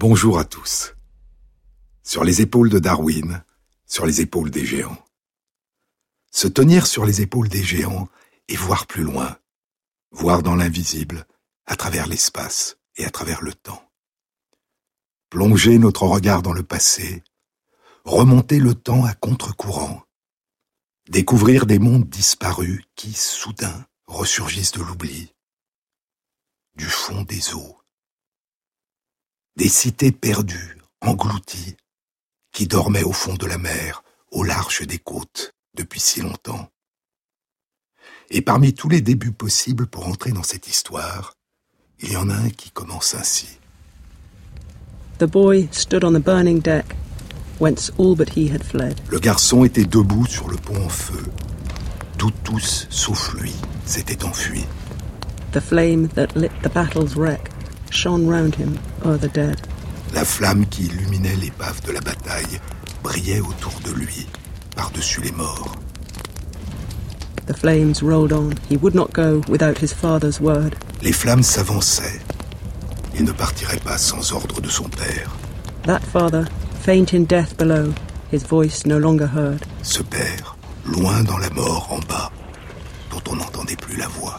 Bonjour à tous. Sur les épaules de Darwin, sur les épaules des géants. Se tenir sur les épaules des géants et voir plus loin, voir dans l'invisible, à travers l'espace et à travers le temps. Plonger notre regard dans le passé, remonter le temps à contre-courant, découvrir des mondes disparus qui, soudain, ressurgissent de l'oubli, du fond des eaux. Des cités perdues, englouties, qui dormaient au fond de la mer, au large des côtes, depuis si longtemps. Et parmi tous les débuts possibles pour entrer dans cette histoire, il y en a un qui commence ainsi. The boy stood on the burning deck, whence all but he had fled. Le garçon était debout sur le pont en feu, d'où tous, sauf lui, s'étaient enfuis. The flame that lit the battle's wreck shone round him o'er the dead. La flamme qui illuminait l'épave de la bataille brillait autour de lui, par-dessus les morts. The flames rolled on. He would not go without his father's word. Les flammes s'avançaient. Il ne partirait pas sans ordre de son père. That father, faint in death below, his voice no longer heard. Ce père, loin dans la mort en bas, dont on n'entendait plus la voix.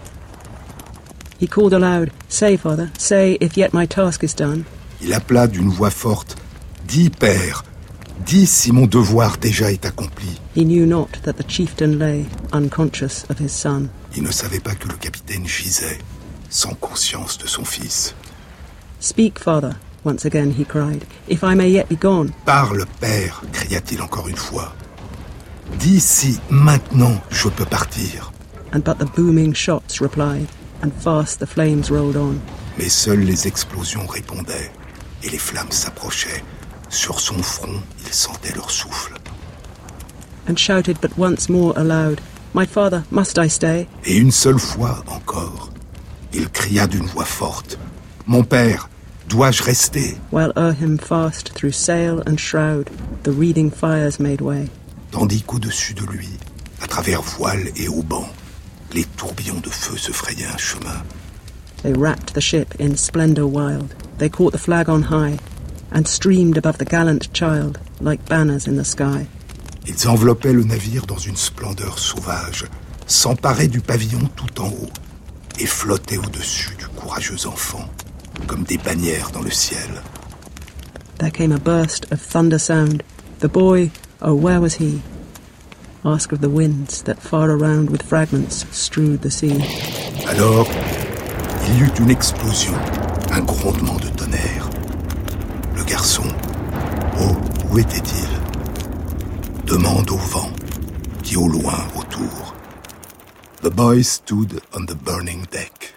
He called aloud, "Say, father, say, if yet my task is done." Il appela d'une voix forte, « Dis, père, dis si mon devoir déjà est accompli. » He knew not that the chieftain lay, unconscious of his son. Il ne savait pas que le capitaine gisait, sans conscience de son fils. Speak, father, once again he cried, if I may yet be gone. Parle, père, cria-t-il encore une fois. Dis si, maintenant, je peux partir. And but the booming shots replied, and fast the flames rolled on. Mais seules les explosions répondaient, et les flammes s'approchaient. Sur son front, il sentait leur souffle. And shouted but once more aloud, "My father, must I stay?" Et une seule fois encore, il cria d'une voix forte, « Mon père, dois-je rester ?» While o'er him fast through sail and shroud, the wreathing fires made way. Tandis qu'au-dessus de lui, à travers voile et haubans, les tourbillons de feu se frayaient un chemin. They wrapped the ship in splendor wild. They caught the flag on high, and streamed above the gallant child, like banners in the sky. Ils enveloppaient le navire dans une splendeur sauvage, s'emparaient du pavillon tout en haut, et flottaient au-dessus du courageux enfant, comme des bannières dans le ciel. There came a burst of thunder sound. The boy, oh, where was he? Ask of the winds that far around with fragments strewed the sea. Alors, il y eut une explosion, un grondement de tonnerre. Le garçon, oh, où était-il? Demande au vent, qui au loin autour. The boy stood on the burning deck.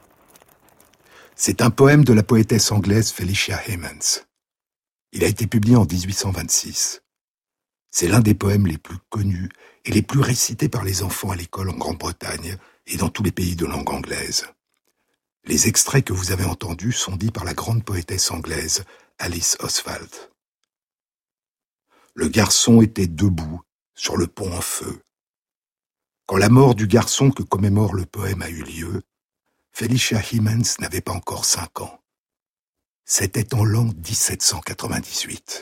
C'est un poème de la poétesse anglaise Felicia Hemans. Il a été publié en 1826. C'est l'un des poèmes les plus connus et les plus récités par les enfants à l'école en Grande-Bretagne et dans tous les pays de langue anglaise. Les extraits que vous avez entendus sont dits par la grande poétesse anglaise Alice Oswald. Le garçon était debout sur le pont en feu. Quand la mort du garçon que commémore le poème a eu lieu, Felicia Hemans n'avait pas encore 5 ans. C'était en l'an 1798.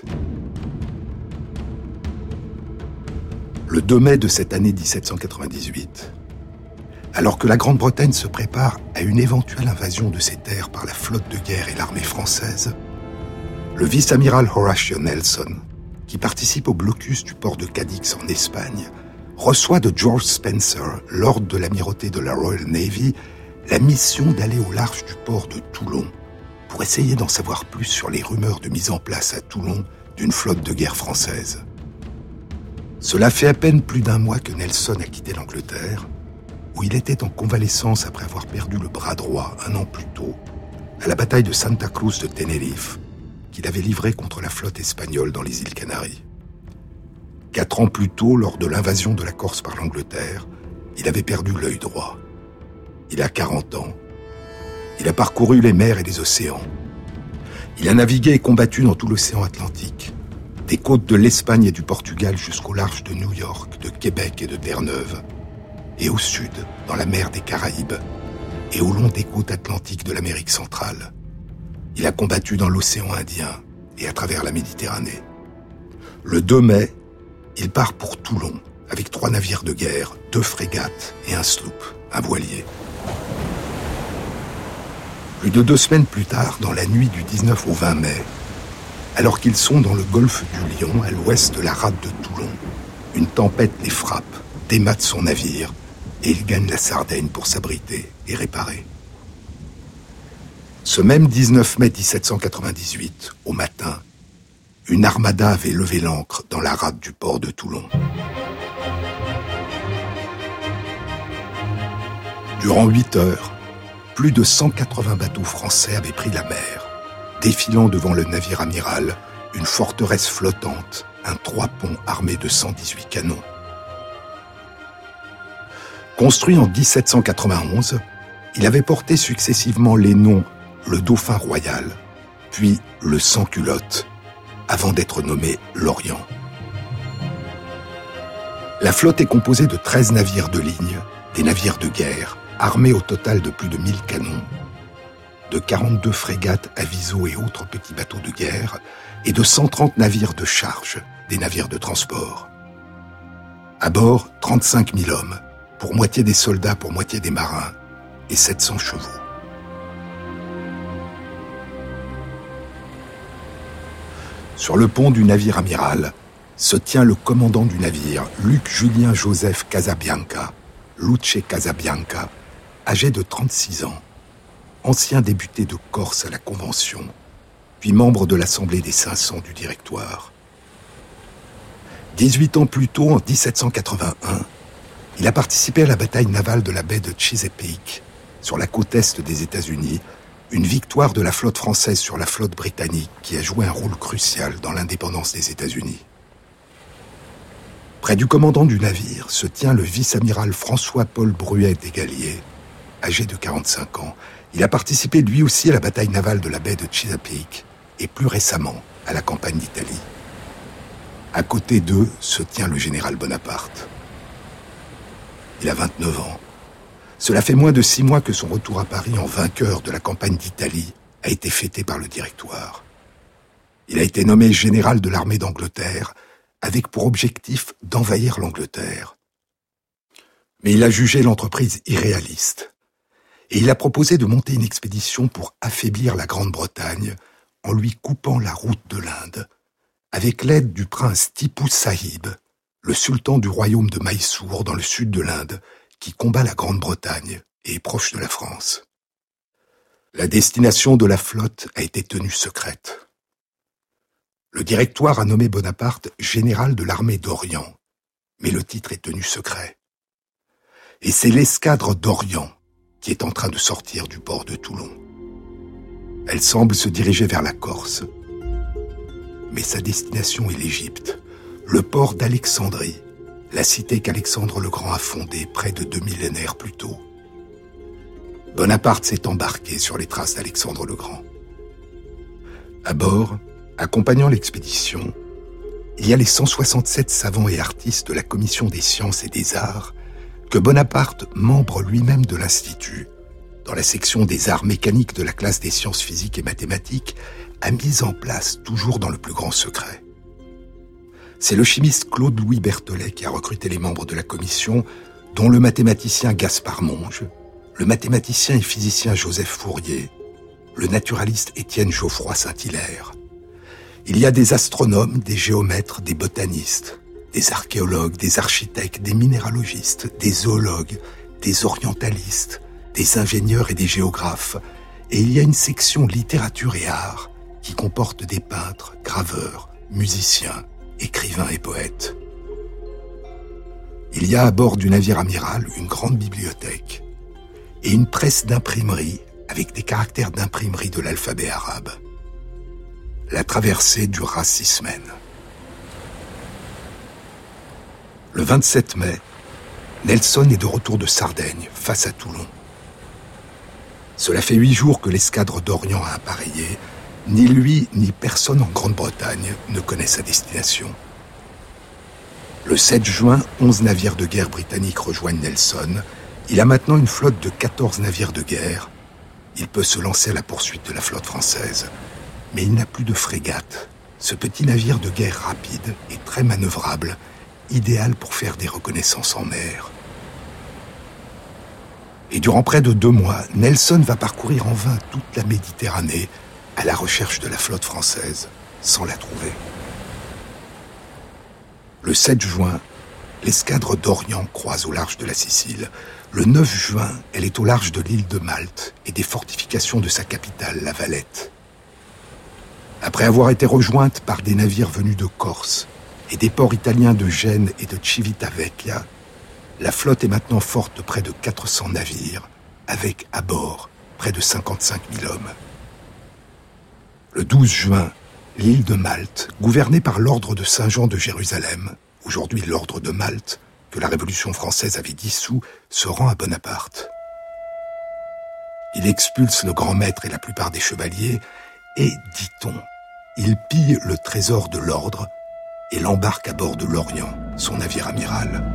Le 2 mai de cette année 1798, alors que la Grande-Bretagne se prépare à une éventuelle invasion de ses terres par la flotte de guerre et l'armée française, le vice-amiral Horatio Nelson, qui participe au blocus du port de Cadix en Espagne, reçoit de George Spencer, lord de l'amirauté de la Royal Navy, la mission d'aller au large du port de Toulon pour essayer d'en savoir plus sur les rumeurs de mise en place à Toulon d'une flotte de guerre française. Cela fait à peine plus d'1 mois que Nelson a quitté l'Angleterre, où il était en convalescence après avoir perdu le bras droit 1 an plus tôt, à la bataille de Santa Cruz de Tenerife, qu'il avait livrée contre la flotte espagnole dans les îles Canaries. 4 ans plus tôt, lors de l'invasion de la Corse par l'Angleterre, il avait perdu l'œil droit. Il a 40 ans. Il a parcouru les mers et les océans. Il a navigué et combattu dans tout l'océan Atlantique, des côtes de l'Espagne et du Portugal jusqu'au large de New York, de Québec et de Terre-Neuve, et au sud, dans la mer des Caraïbes, et au long des côtes atlantiques de l'Amérique centrale. Il a combattu dans l'océan Indien et à travers la Méditerranée. Le 2 mai, il part pour Toulon avec 3 navires de guerre, 2 frégates et un sloop, un voilier. Plus de 2 semaines plus tard, dans la nuit du 19 au 20 mai, alors qu'ils sont dans le golfe du Lion, à l'ouest de la rade de Toulon, une tempête les frappe, démate son navire, et ils gagnent la Sardaigne pour s'abriter et réparer. Ce même 19 mai 1798, au matin, une armada avait levé l'ancre dans la rade du port de Toulon. Durant 8 heures, plus de 180 bateaux français avaient pris la mer, défilant devant le navire amiral, une forteresse flottante, un 3-ponts armé de 118 canons. Construit en 1791, il avait porté successivement les noms le Dauphin Royal, puis le Sans-Culotte, avant d'être nommé l'Orient. La flotte est composée de 13 navires de ligne, des navires de guerre, armés au total de plus de 1000 canons, de 42 frégates, avisos et autres petits bateaux de guerre, et de 130 navires de charge, des navires de transport. À bord, 35 000 hommes, pour moitié des soldats, pour moitié des marins, et 700 chevaux. Sur le pont du navire amiral se tient le commandant du navire, Luc Julien Joseph Casabianca, Luce Casabianca, âgé de 36 ans, ancien député de Corse à la Convention, puis membre de l'Assemblée des 500 du Directoire. 18 ans plus tôt, en 1781, il a participé à la bataille navale de la baie de Chesapeake, sur la côte est des États-Unis, une victoire de la flotte française sur la flotte britannique qui a joué un rôle crucial dans l'indépendance des États-Unis. Près du commandant du navire se tient le vice-amiral François-Paul Bruet Desgalliers, âgé de 45 ans. Il a participé lui aussi à la bataille navale de la baie de Chesapeake et plus récemment à la campagne d'Italie. À côté d'eux se tient le général Bonaparte. Il a 29 ans. Cela fait moins de 6 mois que son retour à Paris en vainqueur de la campagne d'Italie a été fêté par le Directoire. Il a été nommé général de l'armée d'Angleterre avec pour objectif d'envahir l'Angleterre. Mais il a jugé l'entreprise irréaliste et il a proposé de monter une expédition pour affaiblir la Grande-Bretagne en lui coupant la route de l'Inde avec l'aide du prince Tipu Sahib, le sultan du royaume de Mysore dans le sud de l'Inde, qui combat la Grande-Bretagne et est proche de la France. La destination de la flotte a été tenue secrète. Le Directoire a nommé Bonaparte général de l'armée d'Orient, mais le titre est tenu secret. Et c'est l'escadre d'Orient qui est en train de sortir du port de Toulon. Elle semble se diriger vers la Corse, mais sa destination est l'Égypte, le port d'Alexandrie, la cité qu'Alexandre le Grand a fondée près de 2 millénaires plus tôt. Bonaparte s'est embarqué sur les traces d'Alexandre le Grand. À bord, accompagnant l'expédition, il y a les 167 savants et artistes de la Commission des sciences et des arts que Bonaparte, membre lui-même de l'Institut, dans la section des arts mécaniques de la classe des sciences physiques et mathématiques, a mis en place toujours dans le plus grand secret. C'est le chimiste Claude-Louis Berthollet qui a recruté les membres de la commission, dont le mathématicien Gaspard Monge, le mathématicien et physicien Joseph Fourier, le naturaliste Étienne Geoffroy Saint-Hilaire. Il y a des astronomes, des géomètres, des botanistes, des archéologues, des architectes, des minéralogistes, des zoologues, des orientalistes, des ingénieurs et des géographes. Et il y a une section littérature et art qui comporte des peintres, graveurs, musiciens, écrivains et poètes. Il y a à bord du navire amiral une grande bibliothèque et une presse d'imprimerie avec des caractères d'imprimerie de l'alphabet arabe. La traversée durera 6 semaines. Le 27 mai, Nelson est de retour de Sardaigne, face à Toulon. Cela fait 8 jours que l'escadre d'Orient a appareillé. Ni lui, ni personne en Grande-Bretagne ne connaît sa destination. Le 7 juin, 11 navires de guerre britanniques rejoignent Nelson. Il a maintenant une flotte de 14 navires de guerre, Il peut se lancer à la poursuite de la flotte française. Mais il n'a plus de frégate. Ce petit navire de guerre rapide et très manœuvrable, idéal pour faire des reconnaissances en mer. Et durant près de 2 mois, Nelson va parcourir en vain toute la Méditerranée à la recherche de la flotte française, sans la trouver. Le 7 juin, l'escadre d'Orient croise au large de la Sicile. Le 9 juin, elle est au large de l'île de Malte et des fortifications de sa capitale, La Valette. Après avoir été rejointe par des navires venus de Corse et des ports italiens de Gênes et de Civitavecchia, la flotte est maintenant forte de près de 400 navires, avec à bord près de 55 000 hommes. Le 12 juin, l'île de Malte, gouvernée par l'ordre de Saint-Jean de Jérusalem, aujourd'hui l'ordre de Malte, que la Révolution française avait dissous, se rend à Bonaparte. Il expulse le grand maître et la plupart des chevaliers et, dit-on, il pille le trésor de l'ordre et l'embarque à bord de l'Orient, son navire amiral.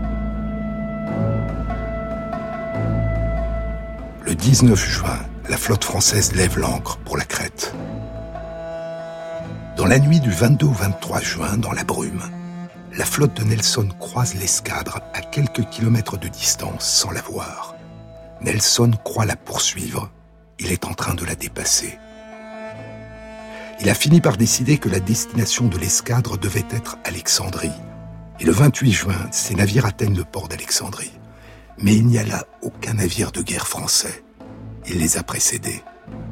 Le 19 juin, la flotte française lève l'ancre pour la Crète. Dans la nuit du 22 au 23 juin, dans la brume, la flotte de Nelson croise l'escadre à quelques kilomètres de distance sans la voir. Nelson croit la poursuivre. Il est en train de la dépasser. Il a fini par décider que la destination de l'escadre devait être Alexandrie. Et le 28 juin, ses navires atteignent le port d'Alexandrie. Mais il n'y a là aucun navire de guerre français. Il les a précédés.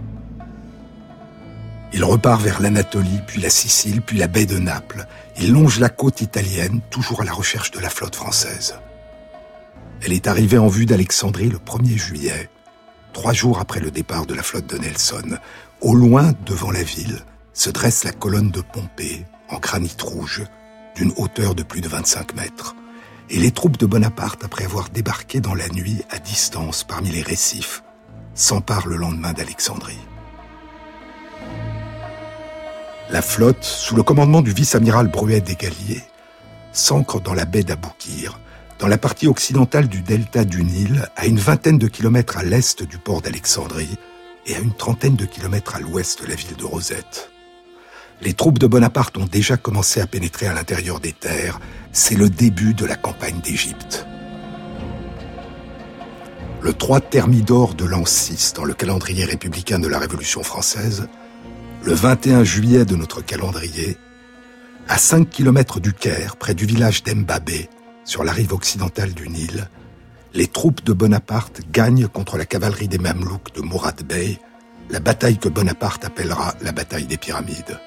Il repart vers l'Anatolie, puis la Sicile, puis la baie de Naples. Il longe la côte italienne, toujours à la recherche de la flotte française. Elle est arrivée en vue d'Alexandrie le 1er juillet, 3 jours après le départ de la flotte de Nelson. Au loin, devant la ville, se dresse la colonne de Pompée, en granit rouge, d'une hauteur de plus de 25 mètres. Et les troupes de Bonaparte, après avoir débarqué dans la nuit à distance parmi les récifs, s'emparent le lendemain d'Alexandrie. La flotte, sous le commandement du vice-amiral Bruet des Galliers, s'ancre dans la baie d'Aboukir, dans la partie occidentale du delta du Nil, à une 20aine de kilomètres à l'est du port d'Alexandrie et à une 30aine de kilomètres à l'ouest de la ville de Rosette. Les troupes de Bonaparte ont déjà commencé à pénétrer à l'intérieur des terres. C'est le début de la campagne d'Égypte. Le 3 Thermidor de l'an 6, dans le calendrier républicain de la Révolution française, le 21 juillet de notre calendrier, à 5 kilomètres du Caire, près du village d'Embabé, sur la rive occidentale du Nil, les troupes de Bonaparte gagnent contre la cavalerie des Mamelouks de Mourad Bey, la bataille que Bonaparte appellera la bataille des Pyramides.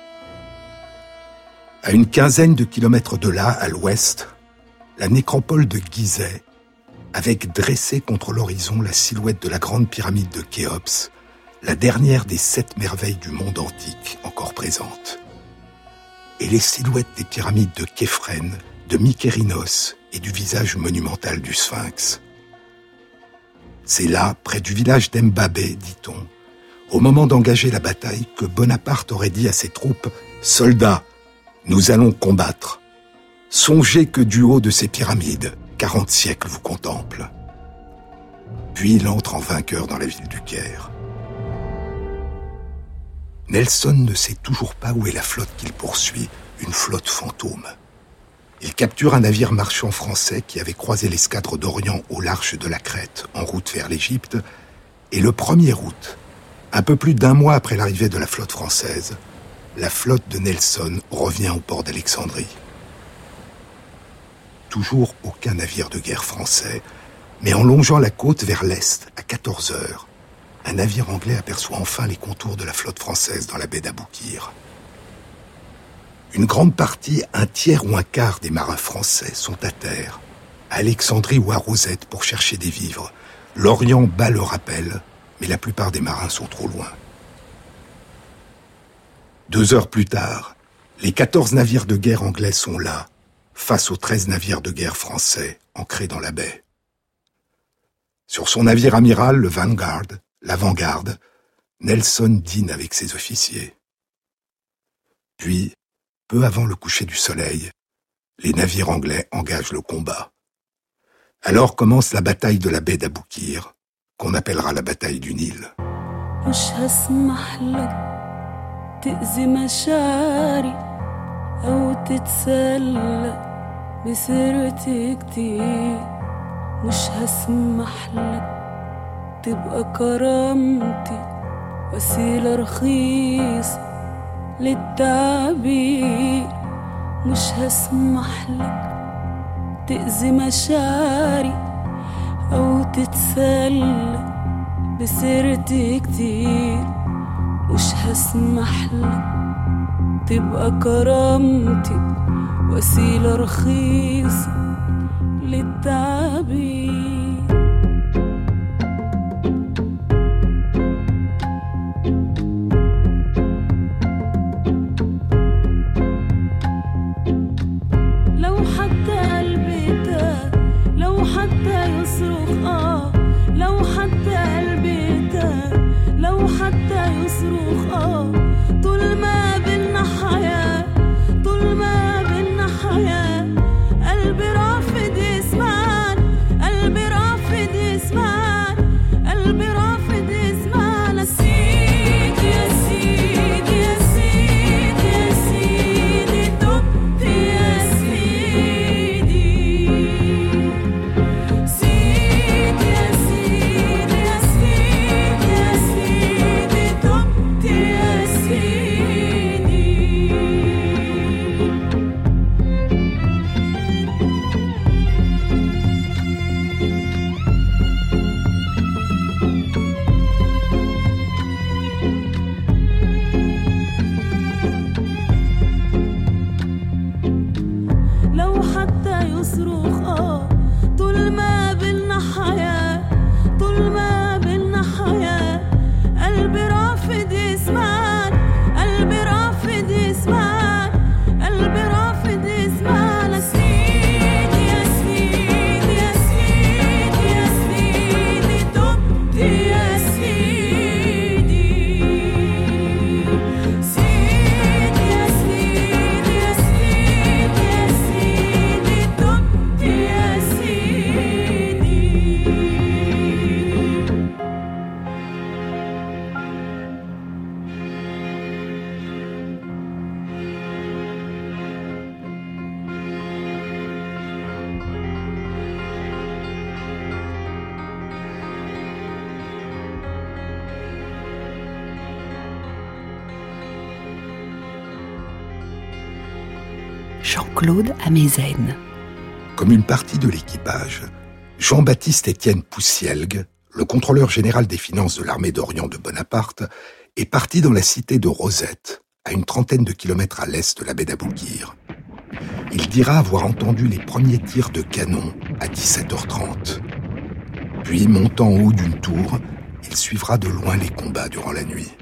À une 15aine de kilomètres de là, à l'ouest, la nécropole de Gizeh, avec dressée contre l'horizon la silhouette de la grande pyramide de Khéops, la dernière des 7 merveilles du monde antique encore présente. Et les silhouettes des pyramides de Képhren, de Mykérinos et du visage monumental du Sphinx. C'est là, près du village d'Embabé, dit-on, au moment d'engager la bataille, que Bonaparte aurait dit à ses troupes « Soldats, nous allons combattre. Songez que du haut de ces pyramides, 40 siècles vous contemplent. » Puis il entre en vainqueur dans la ville du Caire. Nelson ne sait toujours pas où est la flotte qu'il poursuit, une flotte fantôme. Il capture un navire marchand français qui avait croisé l'escadre d'Orient au large de la Crète, en route vers l'Égypte, et le 1er août, un peu plus d'1 mois après l'arrivée de la flotte française, la flotte de Nelson revient au port d'Alexandrie. Toujours aucun navire de guerre français, mais en longeant la côte vers l'est, à 14 heures, un navire anglais aperçoit enfin les contours de la flotte française dans la baie d'Aboukir. Une grande partie, 1/3 ou 1/4 des marins français sont à terre, à Alexandrie ou à Rosette pour chercher des vivres. L'Orient bat le rappel, mais la plupart des marins sont trop loin. 2 heures plus tard, les 14 navires de guerre anglais sont là, face aux 13 navires de guerre français ancrés dans la baie. Sur son navire amiral, le Vanguard, l'Avant-Garde, Nelson dîne avec ses officiers. Puis, peu avant le coucher du soleil, les navires anglais engagent le combat. Alors commence la bataille de la baie d'Aboukir, qu'on appellera la bataille du Nil. مش هسمح لك تأذي مشاعري أو تتسلى بسيرتي كتير. مش هسمح لك تبقى كرامتي وسيلة رخيصة للتعبير. مش هسمح لك تأذي مشاعري أو تتسلى بسيرتي كتير. مش هسمح لك تبقى كرامتي وسيلة رخيصة للتعبير. لو حتى قلبي تاه، لو حتى يصرخ لو حتى قلبي تاه، لو حتى يصرخ طول ما بينا حياة، طول ما بينا حياة. قلبي رافض يسمعك، قلبي رافض يسمعك، قلبي رافض يسمعك. سيدي يا سيدي يا سيدي يا سيدي تبت يا سيدي. سيدي يا سيدي يا سيدي يا سيدي تبت يا سيدي. لو حتى يصرخ طول ما بينا حياة، طول ما بينا حياة. قلبي رافض يسمعك، قلبي رافض يسمعك، قلبي رافض يسمعك. سيدي يا سيدي يا سيدي يا سيدي تبت يا سيدي. سيدي يا سيدي يا سيدي يا سيدي تبت يا سيدي. Jean-Claude Amezen. Comme une partie de l'équipage, Jean-Baptiste Étienne Poussielgue, le contrôleur général des finances de l'armée d'Orient de Bonaparte, est parti dans la cité de Rosette, à une trentaine de kilomètres à l'est de la baie d'Aboukir. Il dira avoir entendu les premiers tirs de canon à 17h30. Puis, montant en haut d'une tour, il suivra de loin les combats durant la nuit.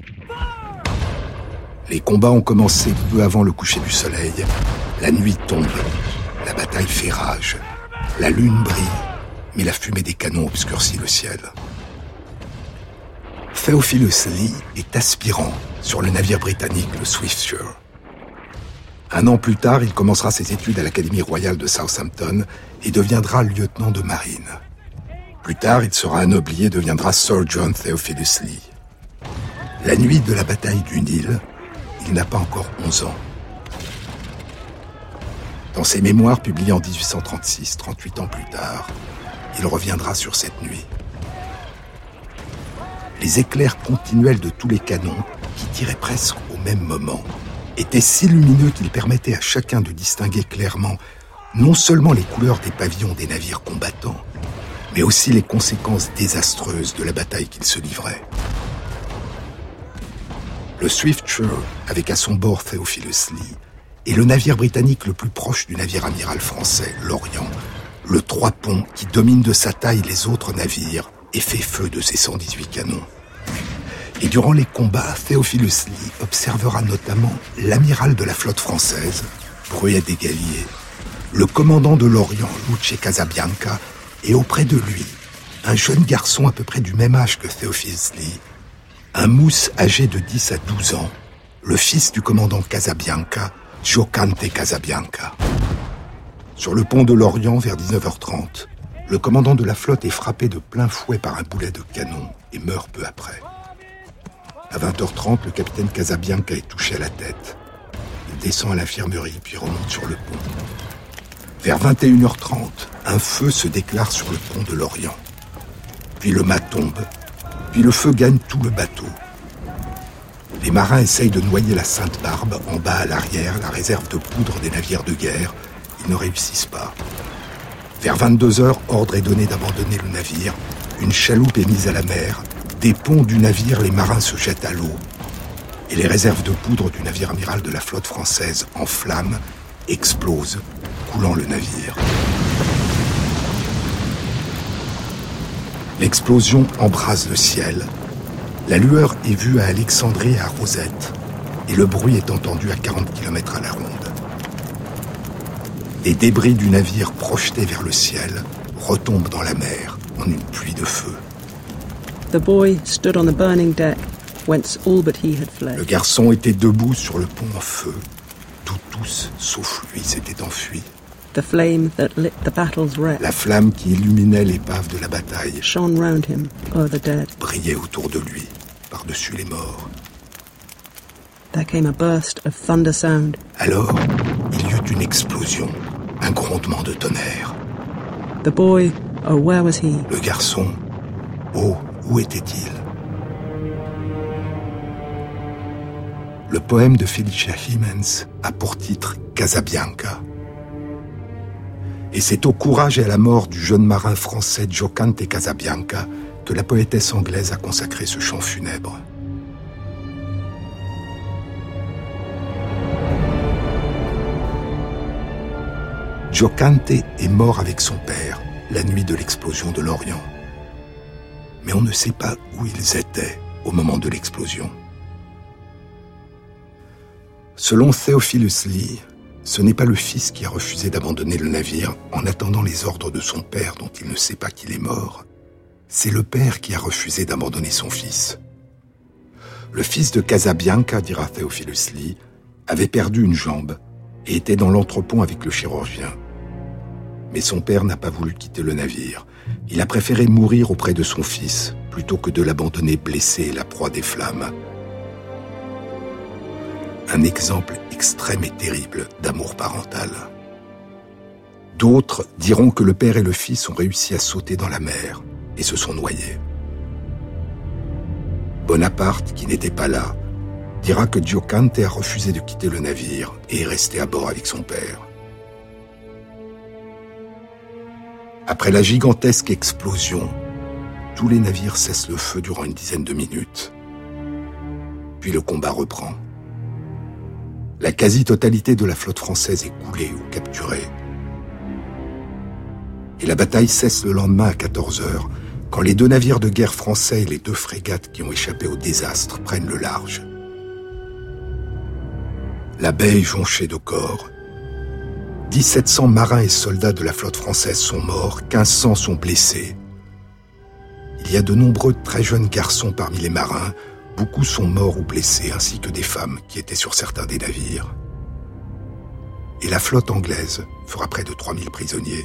Les combats ont commencé peu avant le coucher du soleil. La nuit tombe, la bataille fait rage. La lune brille, mais la fumée des canons obscurcit le ciel. Theophilus Lee est aspirant sur le navire britannique le Swiftsure. Un an plus tard, il commencera ses études à l'Académie royale de Southampton et deviendra lieutenant de marine. Plus tard, il sera anobli et deviendra Sir John Theophilus Lee. La nuit de la bataille du Nil, il n'a pas encore 11 ans. Dans ses mémoires publiés en 1836, 38 ans plus tard, il reviendra sur cette nuit. Les éclairs continuels de tous les canons, qui tiraient presque au même moment, étaient si lumineux qu'ils permettaient à chacun de distinguer clairement non seulement les couleurs des pavillons des navires combattants, mais aussi les conséquences désastreuses de la bataille qu'ils se livraient. Le Swiftsure, avec à son bord Theophilus Lee, est le navire britannique le plus proche du navire amiral français, l'Orient, le trois-ponts qui domine de sa taille les autres navires et fait feu de ses 118 canons. Et durant les combats, Theophilus Lee observera notamment l'amiral de la flotte française, Bruet des Galliers, le commandant de l'Orient, Luce Casabianca, et auprès de lui, un jeune garçon à peu près du même âge que Theophilus Lee, un mousse âgé de 10 à 12 ans, le fils du commandant Casabianca, Giocante Casabianca. Sur le pont de l'Orient, vers 19h30, le commandant de la flotte est frappé de plein fouet par un boulet de canon et meurt peu après. À 20h30, le capitaine Casabianca est touché à la tête. Il descend à l'infirmerie, puis remonte sur le pont. Vers 21h30, un feu se déclare sur le pont de l'Orient. Puis le mât tombe, puis le feu gagne tout le bateau. Les marins essayent de noyer la Sainte-Barbe, en bas à l'arrière, la réserve de poudre des navires de guerre. Ils ne réussissent pas. Vers 22h, ordre est donné d'abandonner le navire. Une chaloupe est mise à la mer. Des ponts du navire, les marins se jettent à l'eau. Et les réserves de poudre du navire amiral de la flotte française, en flammes, explosent, coulant le navire. L'explosion embrase le ciel. La lueur est vue à Alexandrie et à Rosette, et le bruit est entendu à 40 km à la ronde. Les débris du navire projetés vers le ciel retombent dans la mer en une pluie de feu. The boy stood on the burning deck, whence all but he had fled. Le garçon était debout sur le pont en feu. Tous, sauf lui, s'étaient enfuis. The flame that lit the battle's wreck La flamme qui illuminait l'épave de la bataille shone round him o'er the dead. brillait autour de lui, par-dessus les morts. There came a burst of thunder sound. Alors, il y eut une explosion, un grondement de tonnerre. The boy, oh where was he? Le garçon, oh, où était-il? Le poème de Felicia Hemans a pour titre Casabianca. Et c'est au courage et à la mort du jeune marin français Giocante Casabianca que la poétesse anglaise a consacré ce chant funèbre. Giocante est mort avec son père la nuit de l'explosion de l'Orient. Mais on ne sait pas où ils étaient au moment de l'explosion. Selon Theophilus Lee, ce n'est pas le fils qui a refusé d'abandonner le navire en attendant les ordres de son père dont il ne sait pas qu'il est mort. C'est le père qui a refusé d'abandonner son fils. Le fils de Casabianca, dira Theophilus Lee, avait perdu une jambe et était dans l'entrepont avec le chirurgien. Mais son père n'a pas voulu quitter le navire. Il a préféré mourir auprès de son fils plutôt que de l'abandonner blessé et la proie des flammes. Un exemple extrême et terrible d'amour parental. D'autres diront que le père et le fils ont réussi à sauter dans la mer et se sont noyés. Bonaparte, qui n'était pas là, dira que Giocante a refusé de quitter le navire et est resté à bord avec son père. Après la gigantesque explosion, tous les navires cessent le feu durant une dizaine de minutes. Puis le combat reprend. La quasi-totalité de la flotte française est coulée ou capturée. Et la bataille cesse le lendemain à 14h, quand les 2 navires de guerre français et les 2 frégates qui ont échappé au désastre prennent le large. La baie est jonchée de corps. 1700 marins et soldats de la flotte française sont morts, 1500 sont blessés. Il y a de nombreux très jeunes garçons parmi les marins. Beaucoup sont morts ou blessés, ainsi que des femmes qui étaient sur certains des navires. Et la flotte anglaise fera près de 3000 prisonniers.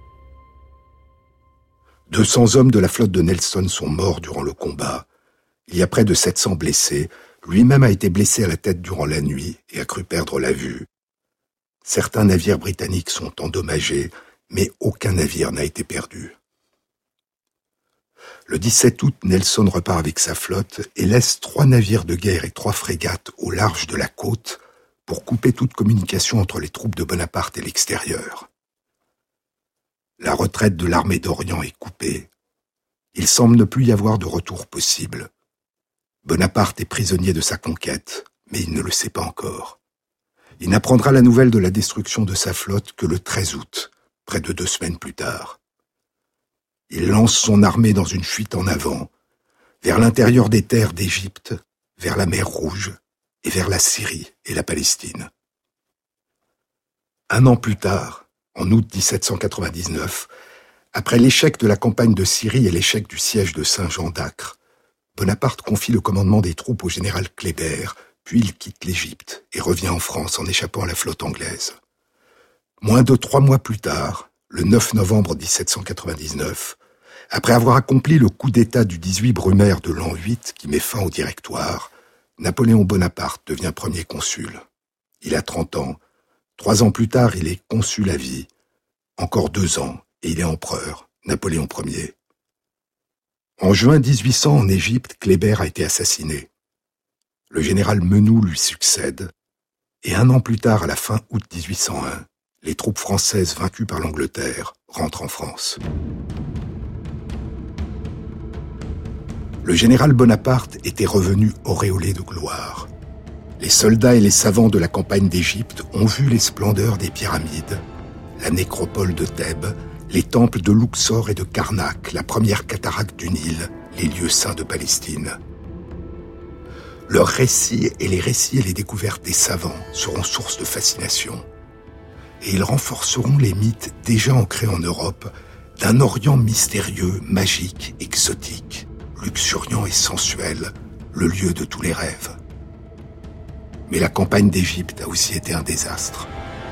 200 hommes de la flotte de Nelson sont morts durant le combat. Il y a près de 700 blessés. Lui-même a été blessé à la tête durant la nuit et a cru perdre la vue. Certains navires britanniques sont endommagés, mais aucun navire n'a été perdu. Le 17 août, Nelson repart avec sa flotte et laisse 3 navires de guerre et 3 frégates au large de la côte pour couper toute communication entre les troupes de Bonaparte et l'extérieur. La retraite de l'armée d'Orient est coupée. Il semble ne plus y avoir de retour possible. Bonaparte est prisonnier de sa conquête, mais il ne le sait pas encore. Il n'apprendra la nouvelle de la destruction de sa flotte que le 13 août, près de 2 semaines plus tard. Il lance son armée dans une fuite en avant, vers l'intérieur des terres d'Égypte, vers la mer Rouge et vers la Syrie et la Palestine. 1 an plus tard, en août 1799, après l'échec de la campagne de Syrie et l'échec du siège de Saint-Jean d'Acre, Bonaparte confie le commandement des troupes au général Kléber, puis il quitte l'Égypte et revient en France en échappant à la flotte anglaise. Moins de 3 mois plus tard, le 9 novembre 1799, après avoir accompli le coup d'État du 18 Brumaire de l'an 8 qui met fin au Directoire, Napoléon Bonaparte devient premier consul. Il a 30 ans. 3 ans plus tard, il est consul à vie. Encore 2 ans, et il est empereur, Napoléon Ier. En juin 1800, en Égypte, Kléber a été assassiné. Le général Menou lui succède, et 1 an plus tard, à la fin août 1801, les troupes françaises vaincues par l'Angleterre rentrent en France. Le général Bonaparte était revenu auréolé de gloire. Les soldats et les savants de la campagne d'Égypte ont vu les splendeurs des pyramides, la nécropole de Thèbes, les temples de Luxor et de Karnak, la première cataracte du Nil, les lieux saints de Palestine. Leurs récits et les découvertes des savants seront source de fascination. Et ils renforceront les mythes déjà ancrés en Europe d'un Orient mystérieux, magique, exotique, luxuriant et sensuel, le lieu de tous les rêves. Mais la campagne d'Égypte a aussi été un désastre.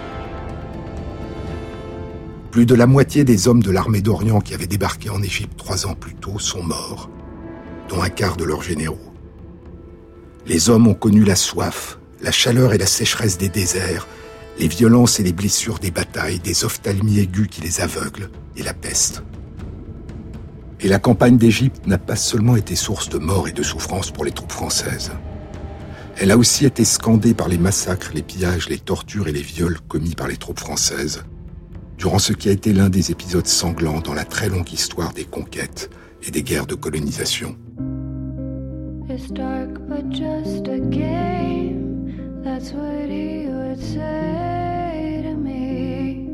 Plus de la moitié des hommes de l'armée d'Orient qui avaient débarqué en Égypte 3 ans plus tôt sont morts, dont un quart de leurs généraux. Les hommes ont connu la soif, la chaleur et la sécheresse des déserts, les violences et les blessures des batailles, des ophtalmies aiguës qui les aveuglent, et la peste. Et la campagne d'Égypte n'a pas seulement été source de mort et de souffrance pour les troupes françaises. Elle a aussi été scandée par les massacres, les pillages, les tortures et les viols commis par les troupes françaises, durant ce qui a été l'un des épisodes sanglants dans la très longue histoire des conquêtes et des guerres de colonisation. It's dark but just a game. That's what he would say to me.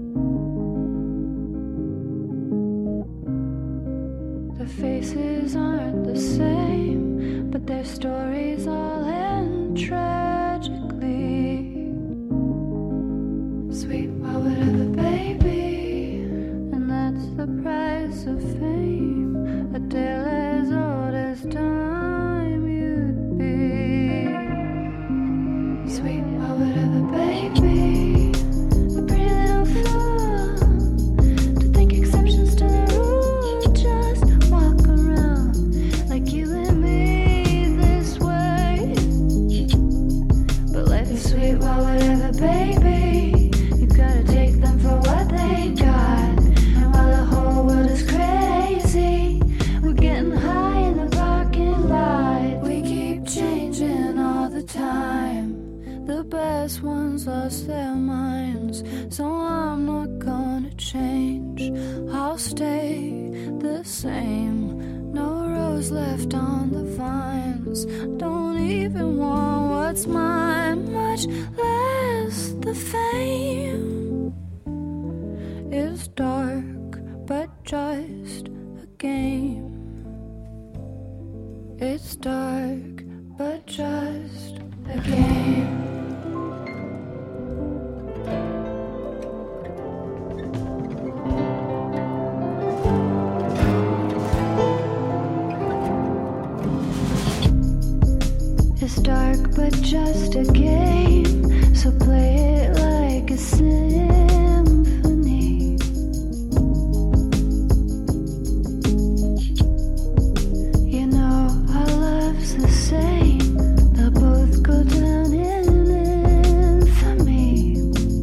The faces aren't the same, but their stories all end tragically. Sweet, why would ever, baby? And that's the price of fame. A tale as old as time you'd be. Sweet, why would ever, baby? A pretty little fool to think exceptions to the rule. Just walk around like you and me this way. But life is sweet, why would ever, baby? You gotta take them for what they got. And while the whole world is crazy, we're getting high in the parking lot. We keep changing all the time. The best ones lost their minds, so I'm not gonna change. I'll stay the same. No rose left on the vines. Don't even want what's mine, much less the fame. It's dark, but just a game. It's dark, but just a game. It's dark, but just a game. So play it like a symphony. You know our love's the same. They'll both go down in infamy.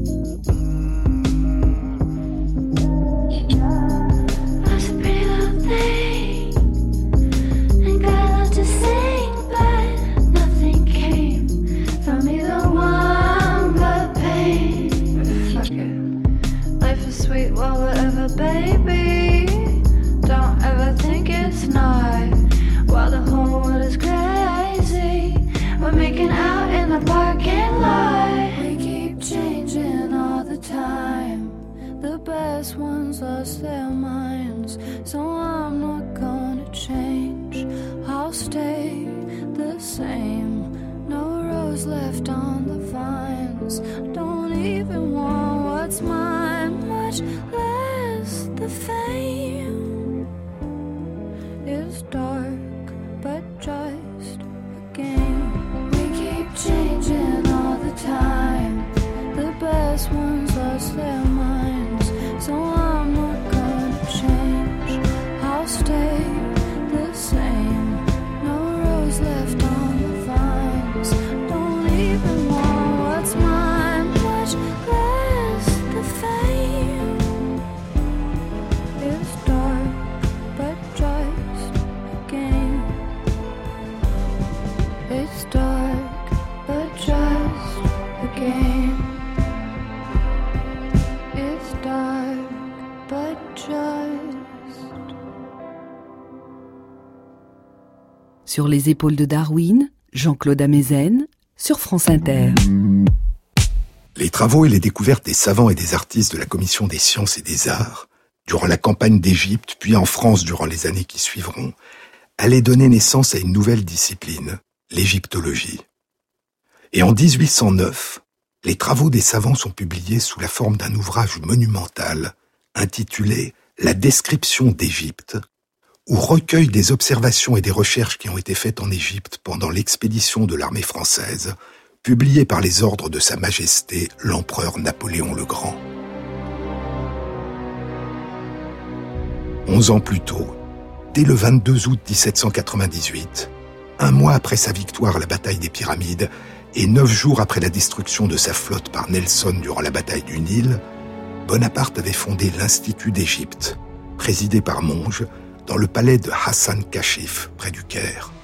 I was a pretty little thing and got a lot to sing, but nothing came from either one but pain. Fuck it. Life is sweet, well, whatever, baby. Don't ever think it's not. While the whole world is crazy, we're making out in the parking lot. We keep changing all the time. The best ones lost their minds, so I'm not gonna change. I'll stay the same. No rose left on the vines. Don't even want what's mine, much less the fame. It's dark, but just a game. We keep changing all the time. The best ones lost their minds, so I'm not gonna change. I'll stay the same. No rose left on the vine. Sur les épaules de Darwin, Jean-Claude Amezen, sur France Inter. Les travaux et les découvertes des savants et des artistes de la Commission des sciences et des arts, durant la campagne d'Égypte, puis en France durant les années qui suivront, allaient donner naissance à une nouvelle discipline, l'égyptologie. Et en 1809, les travaux des savants sont publiés sous la forme d'un ouvrage monumental intitulé « La description d'Égypte », où recueille des observations et des recherches qui ont été faites en Égypte pendant l'expédition de l'armée française, publiée par les ordres de Sa Majesté l'empereur Napoléon le Grand. 11 ans plus tôt, dès le 22 août 1798, un mois après sa victoire à la bataille des Pyramides et 9 jours après la destruction de sa flotte par Nelson durant la bataille du Nil, Bonaparte avait fondé l'Institut d'Égypte, présidé par Monge, dans le palais de Hassan Kashif, près du Caire.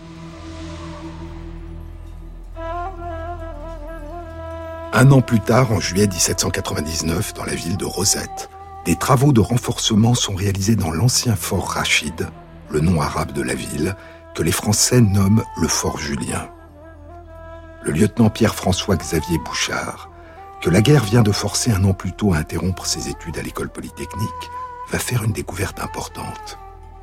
Un an plus tard, en juillet 1799, dans la ville de Rosette, des travaux de renforcement sont réalisés dans l'ancien fort Rachid, le nom arabe de la ville, que les Français nomment le fort Julien. Le lieutenant Pierre-François Xavier Bouchard, que la guerre vient de forcer un an plus tôt à interrompre ses études à l'école polytechnique, va faire une découverte importante.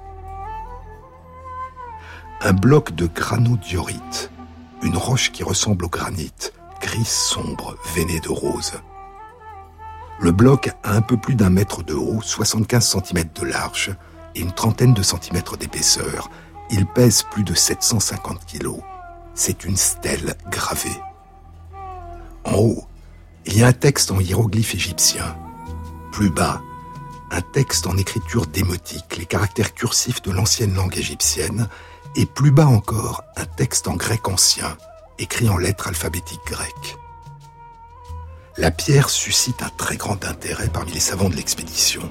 Un bloc de granodiorite, une roche qui ressemble au granit, gris sombre, veiné de rose. Le bloc a un peu plus d'1 mètre de haut, 75 cm de large et une trentaine de centimètres d'épaisseur. Il pèse plus de 750 kilos. C'est une stèle gravée. En haut, il y a un texte en hiéroglyphe égyptien. Plus bas, un texte en écriture démotique, les caractères cursifs de l'ancienne langue égyptienne, et plus bas encore, un texte en grec ancien, écrit en lettres alphabétiques grecques. La pierre suscite un très grand intérêt parmi les savants de l'expédition.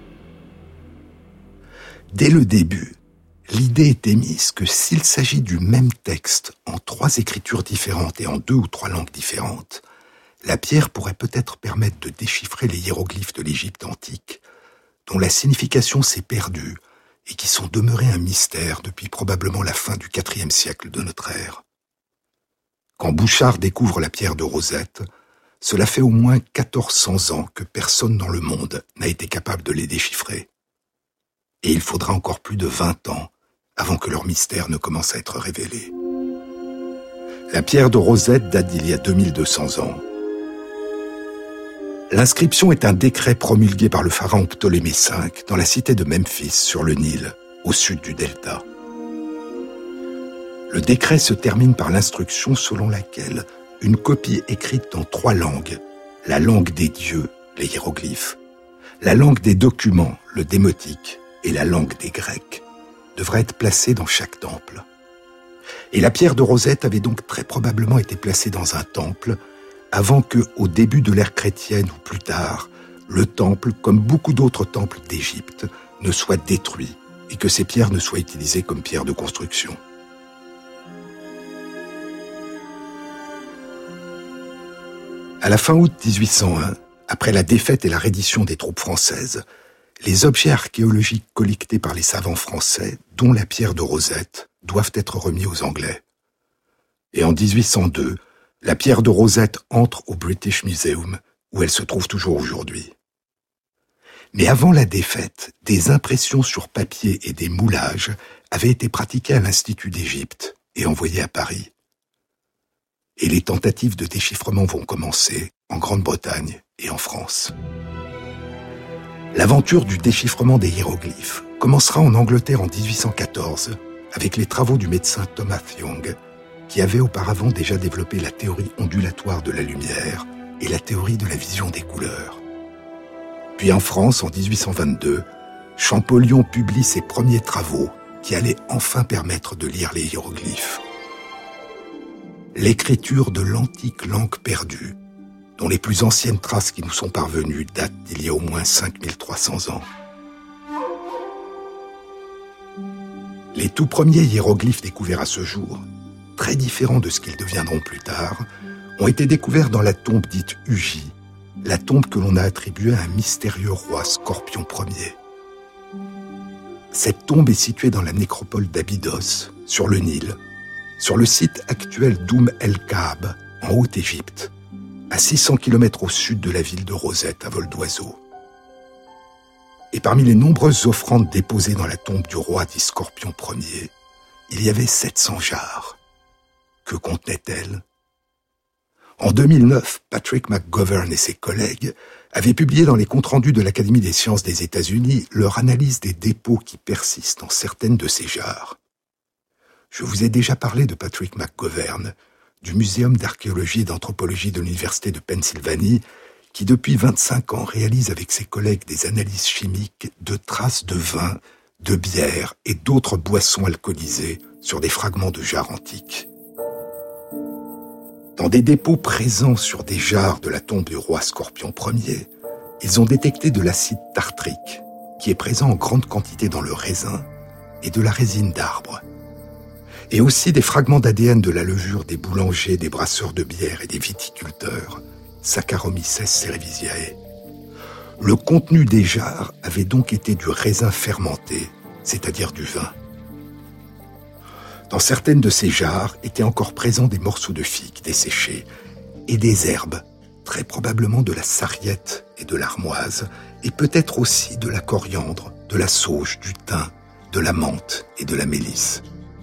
Dès le début, l'idée est émise que s'il s'agit du même texte en 3 écritures différentes et en 2 ou 3 langues différentes, la pierre pourrait peut-être permettre de déchiffrer les hiéroglyphes de l'Égypte antique, dont la signification s'est perdue et qui sont demeurés un mystère depuis probablement la fin du IVe siècle de notre ère. Quand Bouchard découvre la pierre de Rosette, cela fait au moins 1400 ans que personne dans le monde n'a été capable de les déchiffrer. Et il faudra encore plus de 20 ans avant que leur mystère ne commence à être révélé. La pierre de Rosette date d'il y a 2200 ans. L'inscription est un décret promulgué par le pharaon Ptolémée V dans la cité de Memphis, sur le Nil, au sud du delta. Le décret se termine par l'instruction selon laquelle une copie écrite dans 3 langues, la langue des dieux, les hiéroglyphes, la langue des documents, le démotique, et la langue des Grecs, devrait être placée dans chaque temple. Et la pierre de Rosette avait donc très probablement été placée dans un temple avant que, au début de l'ère chrétienne ou plus tard, le temple, comme beaucoup d'autres temples d'Égypte, ne soit détruit et que ces pierres ne soient utilisées comme pierres de construction. À la fin août 1801, après la défaite et la reddition des troupes françaises, les objets archéologiques collectés par les savants français, dont la pierre de Rosette, doivent être remis aux Anglais. Et en 1802, la pierre de Rosette entre au British Museum, où elle se trouve toujours aujourd'hui. Mais avant la défaite, des impressions sur papier et des moulages avaient été pratiqués à l'Institut d'Égypte et envoyés à Paris. Et les tentatives de déchiffrement vont commencer en Grande-Bretagne et en France. L'aventure du déchiffrement des hiéroglyphes commencera en Angleterre en 1814 avec les travaux du médecin Thomas Young, qui avait auparavant déjà développé la théorie ondulatoire de la lumière et la théorie de la vision des couleurs. Puis en France, en 1822, Champollion publie ses premiers travaux qui allaient enfin permettre de lire les hiéroglyphes. L'écriture de l'antique langue perdue, dont les plus anciennes traces qui nous sont parvenues datent d'il y a au moins 5300 ans. Les tout premiers hiéroglyphes découverts à ce jour, très différents de ce qu'ils deviendront plus tard, ont été découverts dans la tombe dite Ugie, la tombe que l'on a attribuée à un mystérieux roi Scorpion Ier. Cette tombe est située dans la nécropole d'Abydos, sur le Nil, sur le site actuel d'Oum el-Kaab, en Haute-Égypte, à 600 km au sud de la ville de Rosette, à vol d'oiseau. Et parmi les nombreuses offrandes déposées dans la tombe du roi dit Scorpion Ier, il y avait 700 jarres. Que contenaient-elles ? En 2009, Patrick McGovern et ses collègues avaient publié dans les comptes rendus de l'Académie des sciences des États-Unis leur analyse des dépôts qui persistent dans certaines de ces jarres. Je vous ai déjà parlé de Patrick McGovern, du Muséum d'archéologie et d'anthropologie de l'Université de Pennsylvanie, qui depuis 25 ans réalise avec ses collègues des analyses chimiques de traces de vin, de bière et d'autres boissons alcoolisées sur des fragments de jarres antiques. Dans des dépôts présents sur des jarres de la tombe du roi Scorpion Ier, ils ont détecté de l'acide tartrique, qui est présent en grande quantité dans le raisin, et de la résine d'arbre. Et aussi des fragments d'ADN de la levure des boulangers, des brasseurs de bière et des viticulteurs, Saccharomyces cerevisiae. Le contenu des jarres avait donc été du raisin fermenté, c'est-à-dire du vin. Dans certaines de ces jarres étaient encore présents des morceaux de figue desséchés et des herbes, très probablement de la sarriette et de l'armoise, et peut-être aussi de la coriandre, de la sauge, du thym, de la menthe et de la mélisse.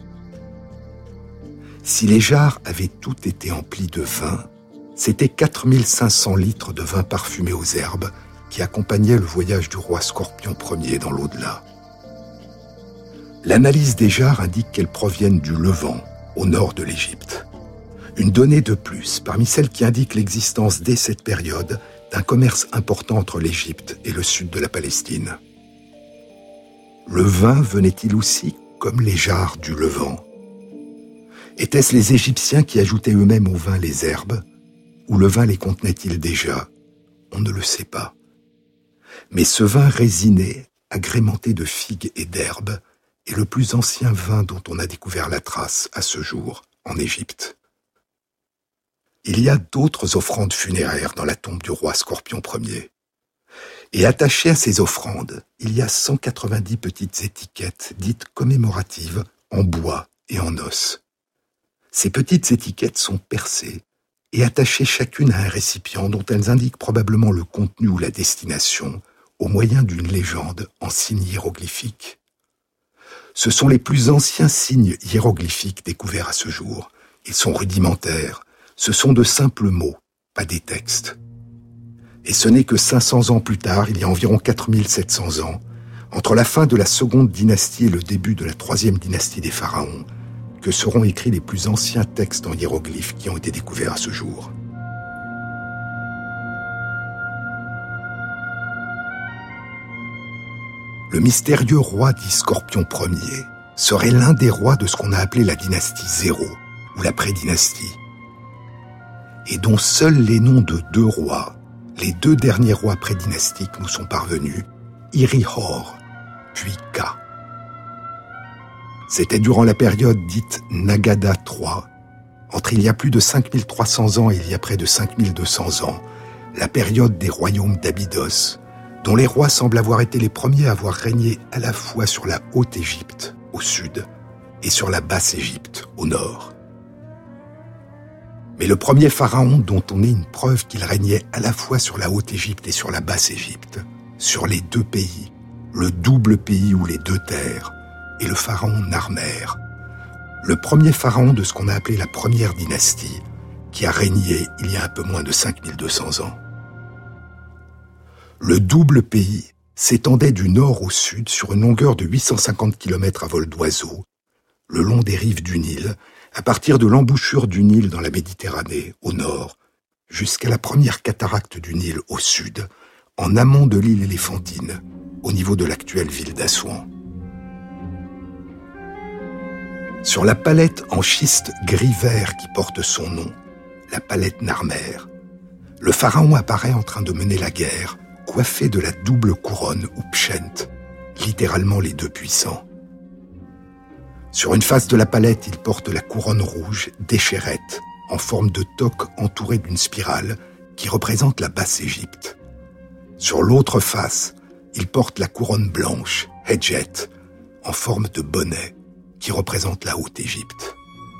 Si les jarres avaient toutes été emplies de vin, c'était 4500 litres de vin parfumé aux herbes qui accompagnaient le voyage du roi Scorpion Ier dans l'au-delà. L'analyse des jarres indique qu'elles proviennent du Levant, au nord de l'Égypte. Une donnée de plus, parmi celles qui indiquent l'existence dès cette période d'un commerce important entre l'Égypte et le sud de la Palestine. Le vin venait-il aussi comme les jarres du Levant ? Étaient-ce les Égyptiens qui ajoutaient eux-mêmes au vin les herbes ? Ou le vin les contenait-il déjà ? On ne le sait pas. Mais ce vin résiné, agrémenté de figues et d'herbes, est le plus ancien vin dont on a découvert la trace à ce jour en Égypte. Il y a d'autres offrandes funéraires dans la tombe du roi Scorpion Ier. Et attachées à ces offrandes, il y a 190 petites étiquettes dites commémoratives en bois et en os. Ces petites étiquettes sont percées et attachées chacune à un récipient dont elles indiquent probablement le contenu ou la destination au moyen d'une légende en signes hiéroglyphiques. Ce sont les plus anciens signes hiéroglyphiques découverts à ce jour. Ils sont rudimentaires. Ce sont de simples mots, pas des textes. Et ce n'est que 500 ans plus tard, il y a environ 4700 ans, entre la fin de la seconde dynastie et le début de la troisième dynastie des pharaons, que seront écrits les plus anciens textes en hiéroglyphes qui ont été découverts à ce jour. Le mystérieux roi dit Scorpion Ier serait l'un des rois de ce qu'on a appelé la dynastie 0, ou la prédynastie, et dont seuls les noms de 2 rois, les 2 derniers rois prédynastiques nous sont parvenus, Iri-Hor, puis Ka. C'était durant la période dite Nagada III, entre il y a plus de 5300 ans et il y a près de 5200 ans, la période des royaumes d'Abydos, dont les rois semblent avoir été les premiers à avoir régné à la fois sur la Haute-Égypte, au sud, et sur la Basse-Égypte, au nord. Mais le premier pharaon dont on ait une preuve qu'il régnait à la fois sur la Haute-Égypte et sur la Basse-Égypte, sur les 2 pays, le double pays ou les 2 terres, est le pharaon Narmer, le premier pharaon de ce qu'on a appelé la première dynastie, qui a régné il y a un peu moins de 5200 ans. Le double pays s'étendait du nord au sud sur une longueur de 850 km à vol d'oiseau, le long des rives du Nil, à partir de l'embouchure du Nil dans la Méditerranée, au nord, jusqu'à la première cataracte du Nil au sud, en amont de l'île Éléphantine, au niveau de l'actuelle ville d'Assouan. Sur la palette en schiste gris-vert qui porte son nom, la palette Narmer, le pharaon apparaît en train de mener la guerre, coiffé de la double couronne ou pshent, littéralement les 2 puissants. Sur une face de la palette, il porte la couronne rouge d'Échérette, en forme de toque entourée d'une spirale qui représente la Basse-Égypte. Sur l'autre face, il porte la couronne blanche, Hedjet, en forme de bonnet qui représente la Haute-Égypte.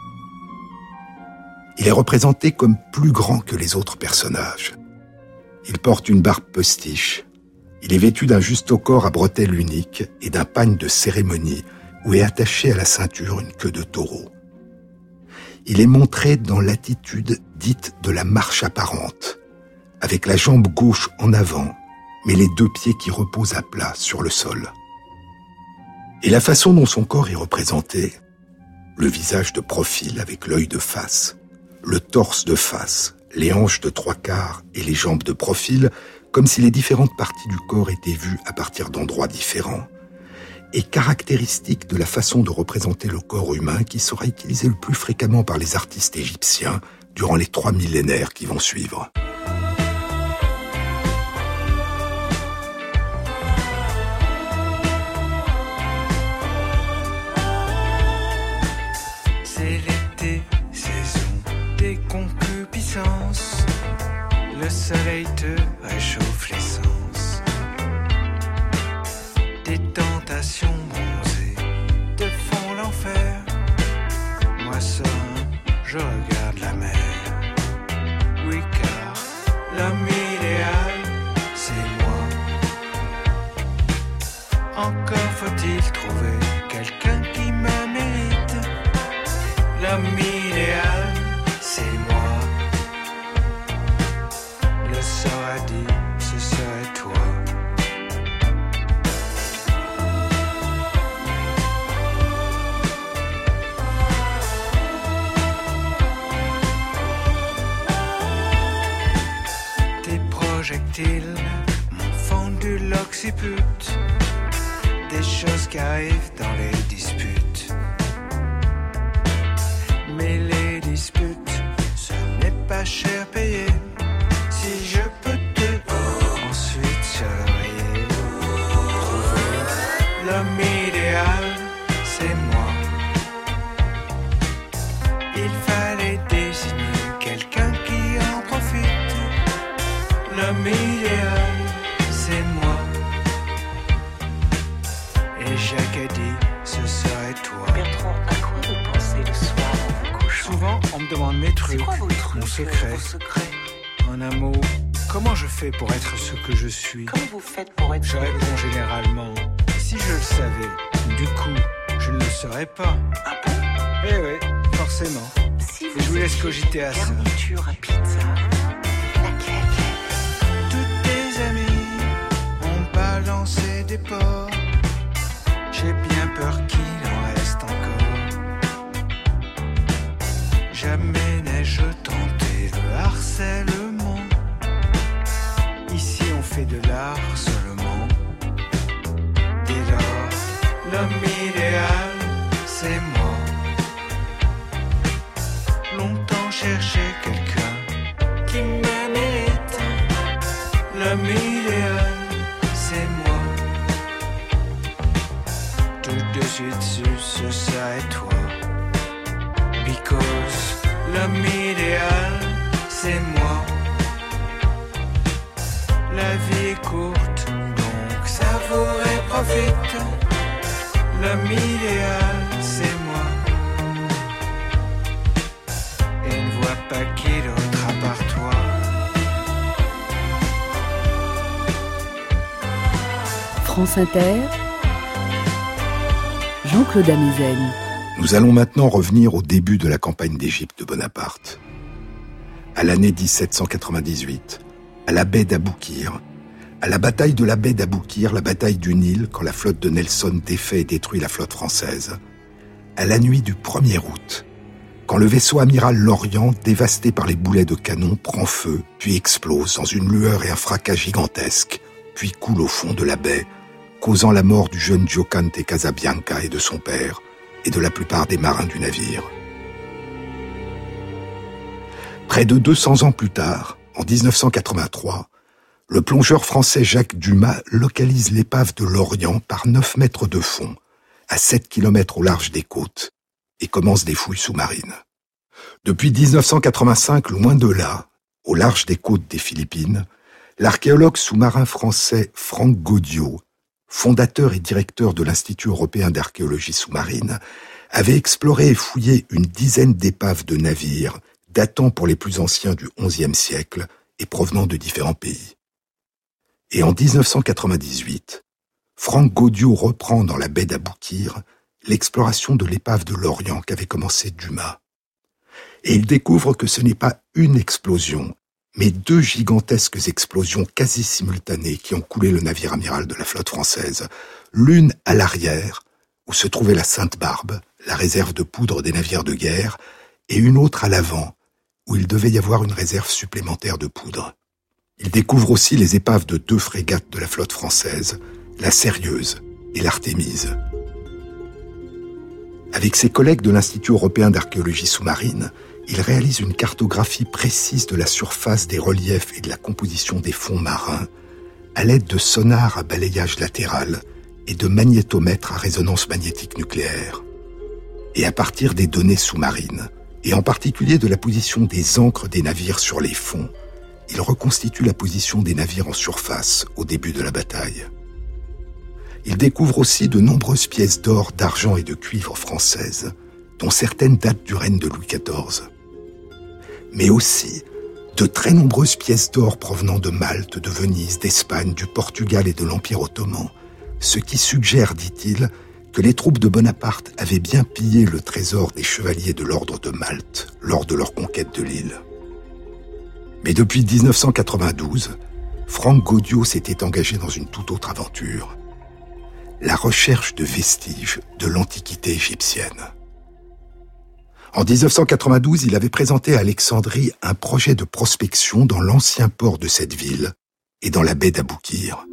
Il est représenté comme plus grand que les autres personnages. Il porte une barbe postiche. Il est vêtu d'un juste-au-corps à bretelles uniques et d'un pagne de cérémonie où est attachée à la ceinture une queue de taureau. Il est montré dans l'attitude dite de la marche apparente, avec la jambe gauche en avant, mais les deux pieds qui reposent à plat sur le sol. Et la façon dont son corps est représenté, le visage de profil avec l'œil de face, le torse de face, les hanches de trois quarts et les jambes de profil, comme si les différentes parties du corps étaient vues à partir d'endroits différents, est caractéristique de la façon de représenter le corps humain qui sera utilisée le plus fréquemment par les artistes égyptiens durant les 3 millénaires qui vont suivre. Le soleil te réchauffe l'essence. Des tentations bronzées te font l'enfer. Moi seul, je regarde la mer. Oui, car l'homme idéal, c'est moi. Encore faut-il trouver quelqu'un qui me mérite. L'homme idéal, c'est moi. Le sort a dit, ce serait toi. Tes projectiles m'ont fendu l'occiput. Des choses qui arrivent dans les disputes. Mais les disputes, ce n'est pas cher payé. Si je peux te ensuite surveiller, trouver l'homme idéal, c'est moi. Il fallait désigner quelqu'un qui en profite. L'homme idéal, c'est moi. Et Jacques a dit, ce serait toi. Bertrand, à quoi vous pensez le soir en vous couchant? Souvent, on me demande mes trucs, C'est quoi vos trucs, mon secret. vos secrets? En un mot, comment je fais pour être ce que je suis? Comment vous faites pour être... Je réponds généralement, si je le savais, du coup, je ne le saurais pas. Ah bon? Eh oui, forcément. Si Et je vous laisse cogiter à ça. Garniture à pizza, laquelle? Toutes tes amies ont balancé des porcs. J'ai bien peur qu'il en reste encore. Jamais n'ai-je tenté le harcèlement. Ici on fait de l'art seulement. Dès lors, l'homme idéal, c'est moi. Longtemps cherché quelqu'un qui me mérite. L'homme idéal, c'est moi. Tout de suite su, ce serait toi. Because l'homme idéal, c'est moi. La vie est courte, donc savoure et profite. L'homme idéal, c'est moi. Et ne vois pas qui d'autre à part toi. France Inter, Jean-Claude Amezen. Nous allons maintenant revenir au début de la campagne d'Égypte de Bonaparte. À l'année 1798, à la baie d'Aboukir, à la bataille de la baie d'Aboukir, la bataille du Nil, quand la flotte de Nelson défait et détruit la flotte française. À la nuit du 1er août, quand le vaisseau amiral Lorient, dévasté par les boulets de canon, prend feu, puis explose dans une lueur et un fracas gigantesques, puis coule au fond de la baie, causant la mort du jeune Giocante Casabianca et de son père, et de la plupart des marins du navire. Près de 200 ans plus tard, en 1983, le plongeur français Jacques Dumas localise l'épave de l'Orient par 9 mètres de fond, à 7 km au large des côtes, et commence des fouilles sous-marines. Depuis 1985, loin de là, au large des côtes des Philippines, l'archéologue sous-marin français Franck Gaudiot fondateur et directeur de l'Institut européen d'archéologie sous-marine, avait exploré et fouillé une dizaine d'épaves de navires datant pour les plus anciens du XIe siècle et provenant de différents pays. Et en 1998, Franck Gaudiau reprend dans la baie d'Aboukir l'exploration de l'épave de l'Orient qu'avait commencé Dumas. Et il découvre que ce n'est pas une explosion, mais 2 gigantesques explosions quasi simultanées qui ont coulé le navire amiral de la flotte française, l'une à l'arrière, où se trouvait la Sainte-Barbe, la réserve de poudre des navires de guerre, et une autre à l'avant, où il devait y avoir une réserve supplémentaire de poudre. Il découvre aussi les épaves de 2 frégates de la flotte française, la Sérieuse et l'Artémise. Avec ses collègues de l'Institut européen d'archéologie sous-marine, il réalise une cartographie précise de la surface des reliefs et de la composition des fonds marins à l'aide de sonars à balayage latéral et de magnétomètres à résonance magnétique nucléaire. Et à partir des données sous-marines, et en particulier de la position des ancres des navires sur les fonds, il reconstitue la position des navires en surface au début de la bataille. Il découvre aussi de nombreuses pièces d'or, d'argent et de cuivre françaises, dont certaines datent du règne de Louis XIV. Mais aussi de très nombreuses pièces d'or provenant de Malte, de Venise, d'Espagne, du Portugal et de l'Empire ottoman, ce qui suggère, dit-il, que les troupes de Bonaparte avaient bien pillé le trésor des chevaliers de l'ordre de Malte lors de leur conquête de l'île. Mais depuis 1992, Franck Gaudiau s'était engagé dans une toute autre aventure, la recherche de vestiges de l'Antiquité égyptienne. En 1992, il avait présenté à Alexandrie un projet de prospection dans l'ancien port de cette ville et dans la baie d'Aboukir.